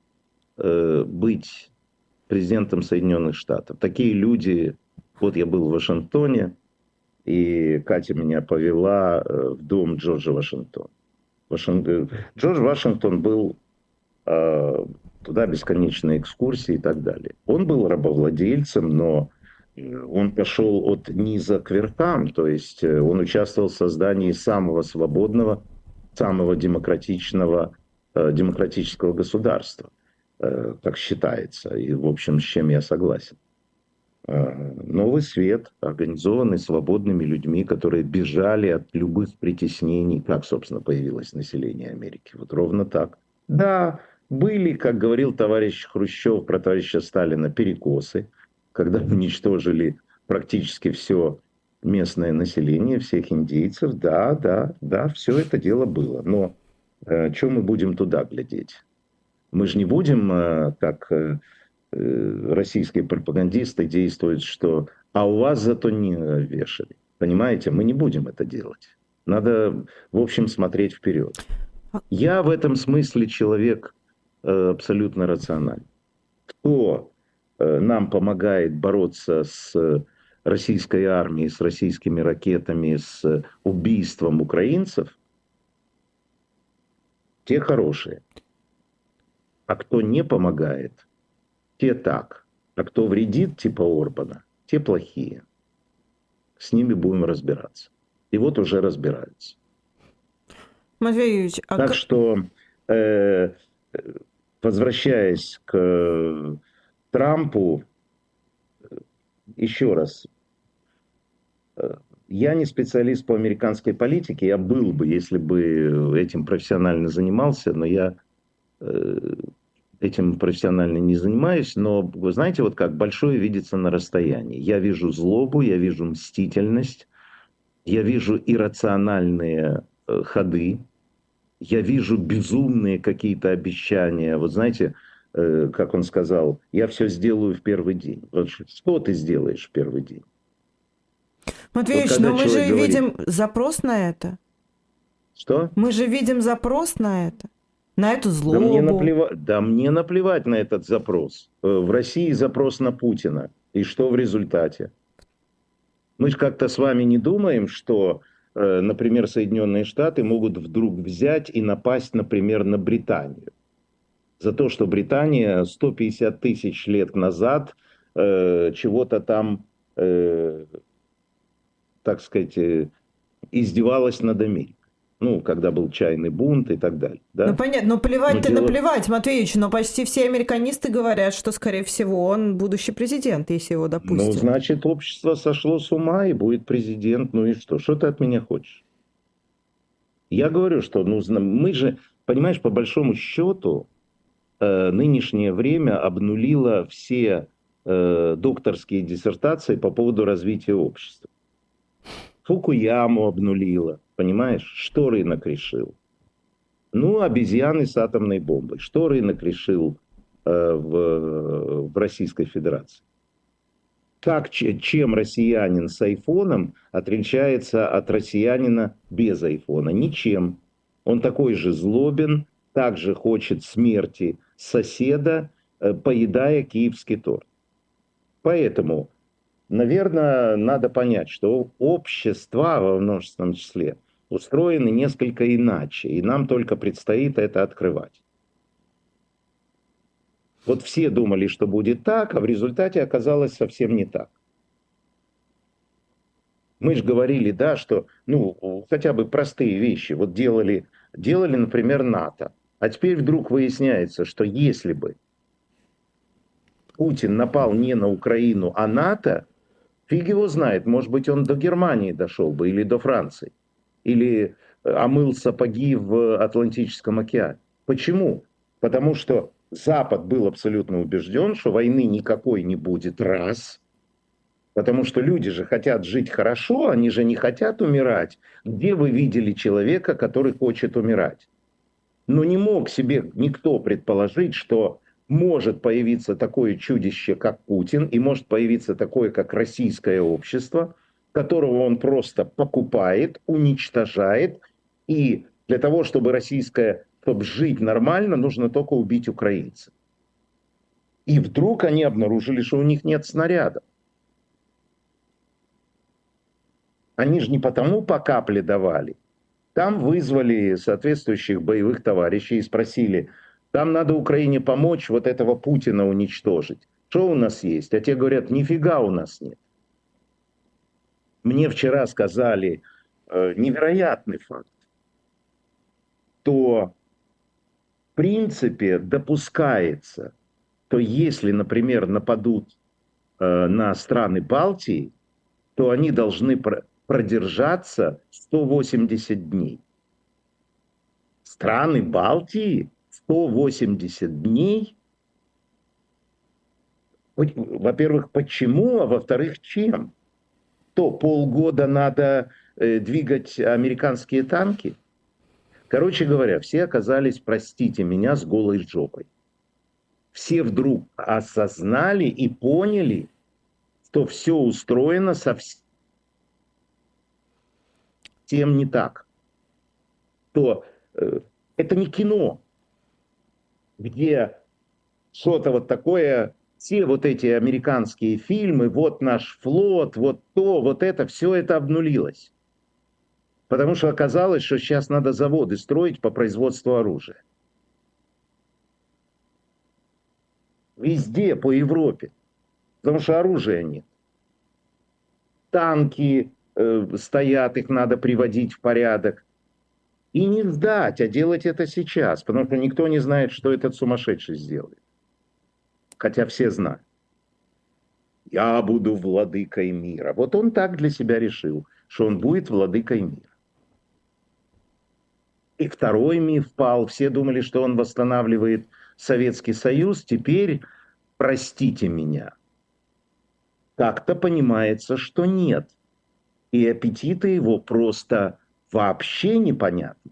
[SPEAKER 4] быть президентом Соединенных Штатов. Такие люди, вот я был в Вашингтоне, и Катя меня повела в дом Джорджа Вашингтона. Джордж Вашингтон был туда бесконечные экскурсии и так далее. Он был рабовладельцем, но он пошел от низа к верхам, то есть он участвовал в создании самого свободного, самого демократического государства, как считается, и, в общем, с чем я согласен. Новый свет, организованный свободными людьми, которые бежали от любых притеснений, как, собственно, появилось население Америки. Вот ровно так. Да, были, как говорил товарищ Хрущев про товарища Сталина, перекосы, когда уничтожили практически все местное население, всех индейцев. Да, все это дело было. Но что мы будем туда глядеть? Мы же не будем, как российские пропагандисты действуют, что «а у вас зато не вешали». Понимаете, мы не будем это делать. Надо, в общем, смотреть вперед. Я в этом смысле человек абсолютно рациональный. Кто нам помогает бороться с российской армией, с российскими ракетами, с убийством украинцев, те хорошие. А кто не помогает, те так. А кто вредит, типа Орбана, те плохие. С ними будем разбираться. И вот уже разбираются.
[SPEAKER 2] Матвей Юрьевич,
[SPEAKER 4] так что, возвращаясь к Трампу, еще раз, я не специалист по американской политике, я был бы, если бы этим профессионально занимался, но я этим профессионально не занимаюсь, но, вы знаете, вот как большое видится на расстоянии. Я вижу злобу, я вижу мстительность, я вижу иррациональные ходы, я вижу безумные какие-то обещания. Вот знаете, как он сказал, я все сделаю в первый день. Вот что ты сделаешь в первый день?
[SPEAKER 2] Матвей Ильич, но мы же видим запрос на это.
[SPEAKER 4] Что?
[SPEAKER 2] Мы же видим запрос на это. На эту злобу.
[SPEAKER 4] Да мне наплевать на этот запрос. В России запрос на Путина. И что в результате? Мы же как-то с вами не думаем, что, например, Соединенные Штаты могут вдруг взять и напасть, например, на Британию. За то, что Британия 150 тысяч лет назад чего-то там, так сказать, издевалась над Америкой. Ну, когда был чайный бунт и так далее. Да?
[SPEAKER 2] Ну, понятно, но плевать-то наплевать, Матвеевич, но почти все американисты говорят, что, скорее всего, он будущий президент, если его допустят.
[SPEAKER 4] Ну, значит, общество сошло с ума и будет президент. Ну и что? Что ты от меня хочешь? Я говорю, что мы же, понимаешь, по большому счету, нынешнее время обнулило все докторские диссертации по поводу развития общества. Фукуяму обнулило. Понимаешь, что рынок решил? Ну, обезьяны с атомной бомбой. Что рынок решил в Российской Федерации? Чем россиянин с айфоном отличается от россиянина без айфона? Ничем. Он такой же злобен, также хочет смерти соседа, поедая киевский торт. Поэтому, наверное, надо понять, что общества во множественном числе устроены несколько иначе, и нам только предстоит это открывать. Вот все думали, что будет так, а в результате оказалось совсем не так. Мы же говорили, да, что, хотя бы простые вещи. Вот делали, например, НАТО. А теперь вдруг выясняется, что если бы Путин напал не на Украину, а НАТО, фиг его знает, может быть, он до Германии дошел бы, или до Франции, или омыл сапоги в Атлантическом океане. Почему? Потому что Запад был абсолютно убежден, что войны никакой не будет, раз. Потому что люди же хотят жить хорошо, они же не хотят умирать. Где вы видели человека, который хочет умирать? Но не мог себе никто предположить, что может появиться такое чудище, как Путин, и может появиться такое, как российское общество, которого он просто покупает, уничтожает И для того, чтобы жить нормально, нужно только убить украинцев. И вдруг они обнаружили, что у них нет снарядов. Они же не потому по капле давали. Там вызвали соответствующих боевых товарищей и спросили, там надо Украине помочь вот этого Путина уничтожить. Что у нас есть? А те говорят, нифига у нас нет. Мне вчера сказали невероятный факт, то в принципе допускается, то если, например, нападут на страны Балтии, то они должны продержаться 180 дней. Страны Балтии 180 дней? Во-первых, почему, а во-вторых, чем? То полгода надо двигать американские танки? Короче говоря, все оказались, простите меня, с голой жопой. Все вдруг осознали и поняли, что все устроено совсем не так. То это не кино, где что-то вот такое, все вот эти американские фильмы, вот наш флот, вот то, вот это, все это обнулилось. Потому что оказалось, что сейчас надо заводы строить по производству оружия. Везде по Европе. Потому что оружия нет. Танки стоят, их надо приводить в порядок. И не ждать, а делать это сейчас. Потому что никто не знает, что этот сумасшедший сделает. Хотя все знают. Я буду владыкой мира. Вот он так для себя решил, что он будет владыкой мира. И второй миф пал. Все думали, что он восстанавливает Советский Союз. Теперь, простите меня, как-то понимается, что нет. И аппетиты его просто вообще непонятны.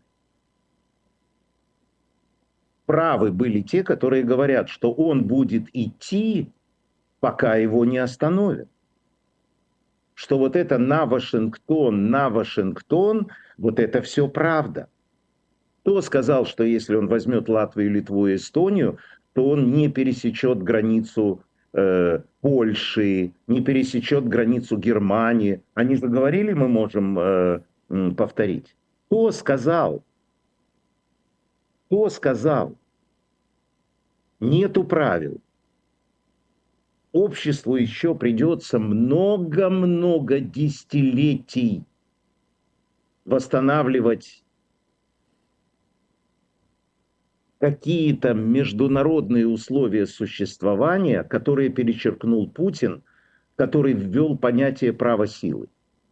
[SPEAKER 4] Правы были те, которые говорят, что он будет идти, пока его не остановят. Что вот это на Вашингтон, вот это все правда. Кто сказал, что если он возьмет Латвию, Литву и Эстонию, то он не пересечет границу Польши, не пересечет границу Германии? Они же говорили, мы можем повторить. Кто сказал? Кто сказал? Нету правил. Обществу еще придется много-много десятилетий восстанавливать какие-то международные условия существования, которые перечеркнул Путин, который ввел понятие права силы.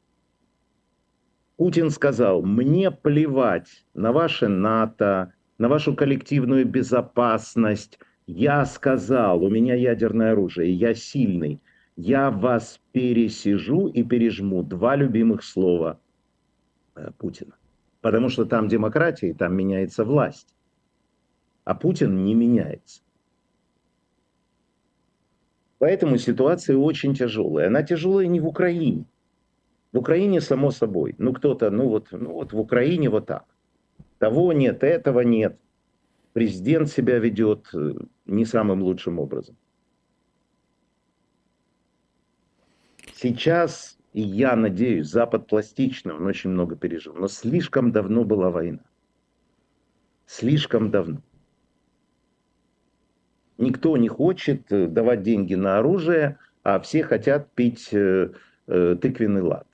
[SPEAKER 4] Путин сказал, мне плевать на ваше НАТО, на вашу коллективную безопасность. Я сказал, у меня ядерное оружие, я сильный. Я вас пересижу и пережму. Два любимых слова Путина. Потому что там демократия, и там меняется власть. А Путин не меняется. Поэтому ситуация очень тяжелая. Она тяжелая не в Украине. В Украине само собой. Кто-то, вот в Украине вот так. Того нет, этого нет. Президент себя ведет не самым лучшим образом. Сейчас, и я надеюсь, Запад пластичный, он очень много пережил. Но слишком давно была война. Слишком давно. Никто не хочет давать деньги на оружие, а все хотят пить тыквенный латте.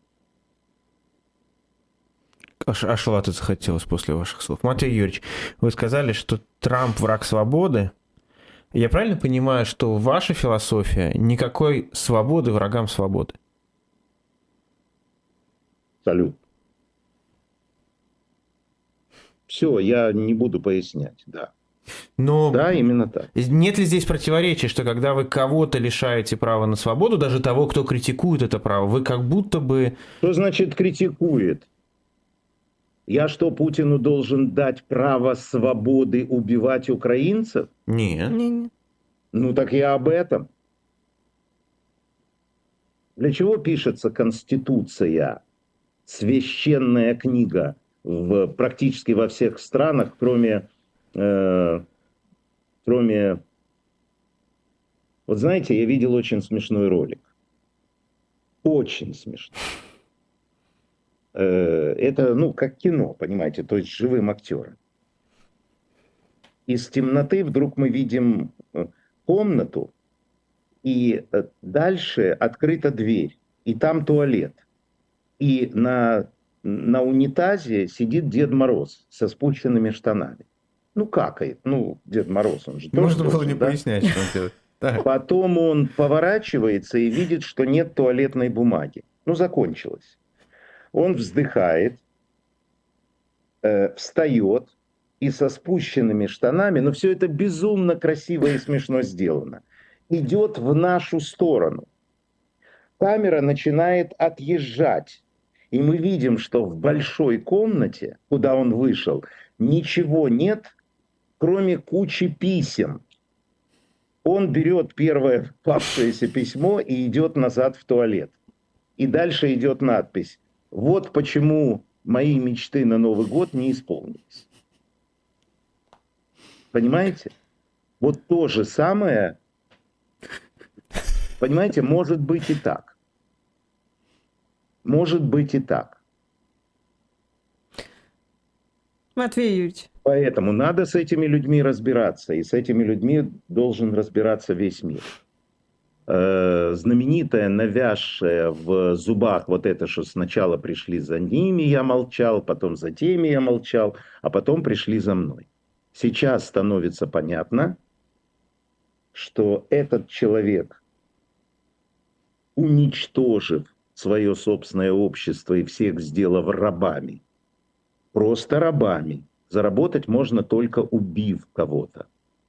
[SPEAKER 3] Аж латте захотелось после ваших слов. Матвей Юрьевич, вы сказали, что Трамп враг свободы. Я правильно понимаю, что ваша философия никакой свободы врагам свободы?
[SPEAKER 4] Абсолютно. Все, я не буду пояснять, да.
[SPEAKER 3] Но
[SPEAKER 4] да, именно так.
[SPEAKER 3] Нет ли здесь противоречия, что когда вы кого-то лишаете права на свободу, даже того, кто критикует это право, вы как будто бы...
[SPEAKER 4] Что значит критикует? Я что, Путину должен дать право свободы убивать украинцев?
[SPEAKER 3] Нет.
[SPEAKER 4] Ну так я об этом. Для чего пишется Конституция? Священная книга. практически во всех странах, кроме... Вот знаете, я видел очень смешной ролик. Очень смешно. Это, как кино, понимаете, то есть живым актером. Из темноты вдруг мы видим комнату, и дальше открыта дверь, и там туалет. И на унитазе сидит Дед Мороз со спущенными штанами. Какает. Дед Мороз, он же тоже
[SPEAKER 3] Можно было
[SPEAKER 4] должен,
[SPEAKER 3] не
[SPEAKER 4] да?
[SPEAKER 3] пояснять, что он делает.
[SPEAKER 4] Потом он поворачивается и видит, что нет туалетной бумаги. Закончилось. Он вздыхает, встает и со спущенными штанами, но все это безумно красиво и смешно сделано, идет в нашу сторону. Камера начинает отъезжать. И мы видим, что в большой комнате, куда он вышел, ничего нет, кроме кучи писем. Он берет первое попавшееся письмо и идет назад в туалет. И дальше идет надпись: «Вот почему мои мечты на Новый год не исполнились». Понимаете? Вот то же самое, понимаете, может быть и так. Может быть и так.
[SPEAKER 2] Матвей Юрьевич.
[SPEAKER 4] Поэтому надо с этими людьми разбираться, и с этими людьми должен разбираться весь мир. Знаменитая, навязшая в зубах вот это, что сначала пришли за ними, я молчал, потом за теми я молчал, а потом пришли за мной. Сейчас становится понятно, что этот человек, уничтожив свое собственное общество и всех сделав рабами, просто рабами, заработать можно только убив кого-то,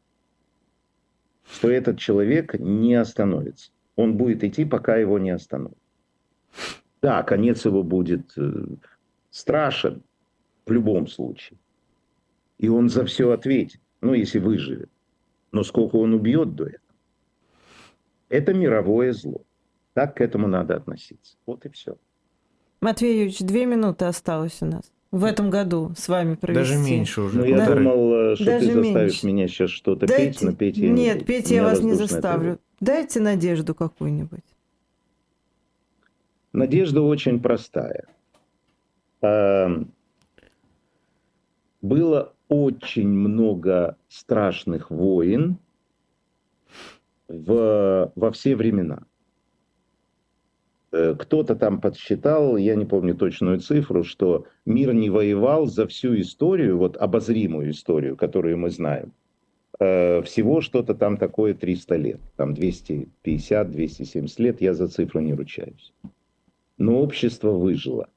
[SPEAKER 4] что этот человек не остановится. Он будет идти, пока его не остановят. Да, конец его будет страшен в любом случае. И он за все ответит, если выживет. Но сколько он убьет до этого? Это мировое зло. Так к этому надо относиться. Вот и все.
[SPEAKER 2] Матвей Юрьевич, 2 минуты осталось у нас в этом году с вами провести.
[SPEAKER 3] Даже меньше уже.
[SPEAKER 4] Я думал, что
[SPEAKER 2] даже
[SPEAKER 4] ты заставишь
[SPEAKER 2] меньше.
[SPEAKER 4] меня сейчас что-то петь, но петь я не
[SPEAKER 2] Нет,
[SPEAKER 4] буду.
[SPEAKER 2] петь я вас не заставлю. Дайте надежду какую-нибудь.
[SPEAKER 4] Надежда очень простая. Было очень много страшных войн во все времена. Кто-то там подсчитал, я не помню точную цифру, что мир не воевал за всю историю, вот обозримую историю, которую мы знаем, всего что-то там такое 300 лет, там 250-270 лет, я за цифру не ручаюсь. Но общество выжило.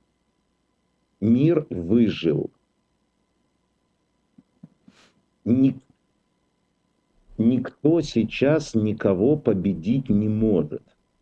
[SPEAKER 4] Мир выжил. Никто сейчас никого победить не может.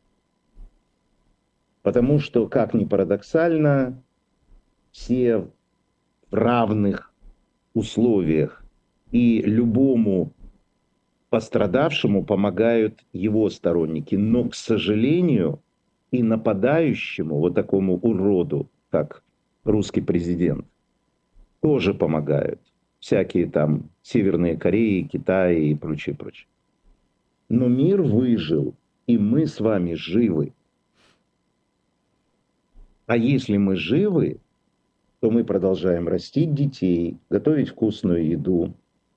[SPEAKER 4] Потому что, как ни парадоксально, все в равных условиях. И любому пострадавшему помогают его сторонники. Но, к сожалению, и нападающему, вот такому уроду, как русский президент, тоже помогают. Всякие там Северные Кореи, Китай и прочее, прочее. Но мир выжил, и мы с вами живы. А если мы живы, то мы продолжаем растить детей, готовить вкусную еду,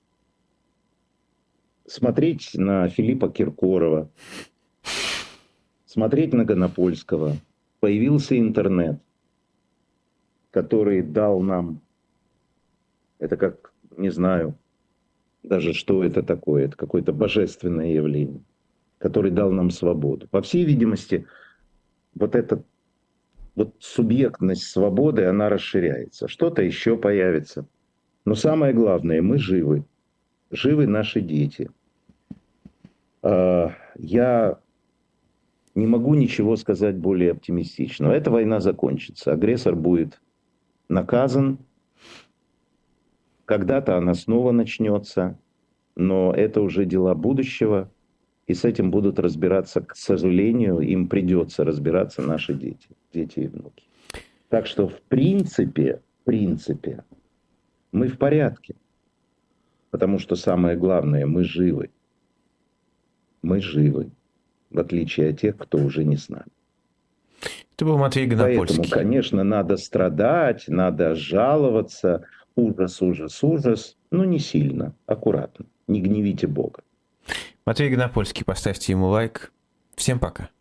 [SPEAKER 4] смотреть на Филиппа Киркорова, смотреть на Гонопольского. Появился интернет, который дал нам, это как, не знаю даже, что это такое, это какое-то божественное явление, который дал нам свободу. По всей видимости, вот эта субъектность свободы, она расширяется. Что-то еще появится. Но самое главное, мы живы. Живы наши дети. Я не могу ничего сказать более оптимистичного. Эта война закончится. Агрессор будет наказан. Когда-то она снова начнется. Но это уже дела будущего. И с этим будут разбираться, к сожалению, им придется разбираться наши дети и внуки. Так что, в принципе, в принципе. Мы в порядке. Потому что самое главное, мы живы. Мы живы, в отличие от тех, кто уже не с нами.
[SPEAKER 3] Это был Матвей Гонопольский.
[SPEAKER 4] Поэтому, конечно, надо страдать, надо жаловаться. Ужас, ужас, ужас. Но не сильно, аккуратно. Не гневите Бога.
[SPEAKER 3] Матвей Гонопольский, поставьте ему лайк. Всем пока.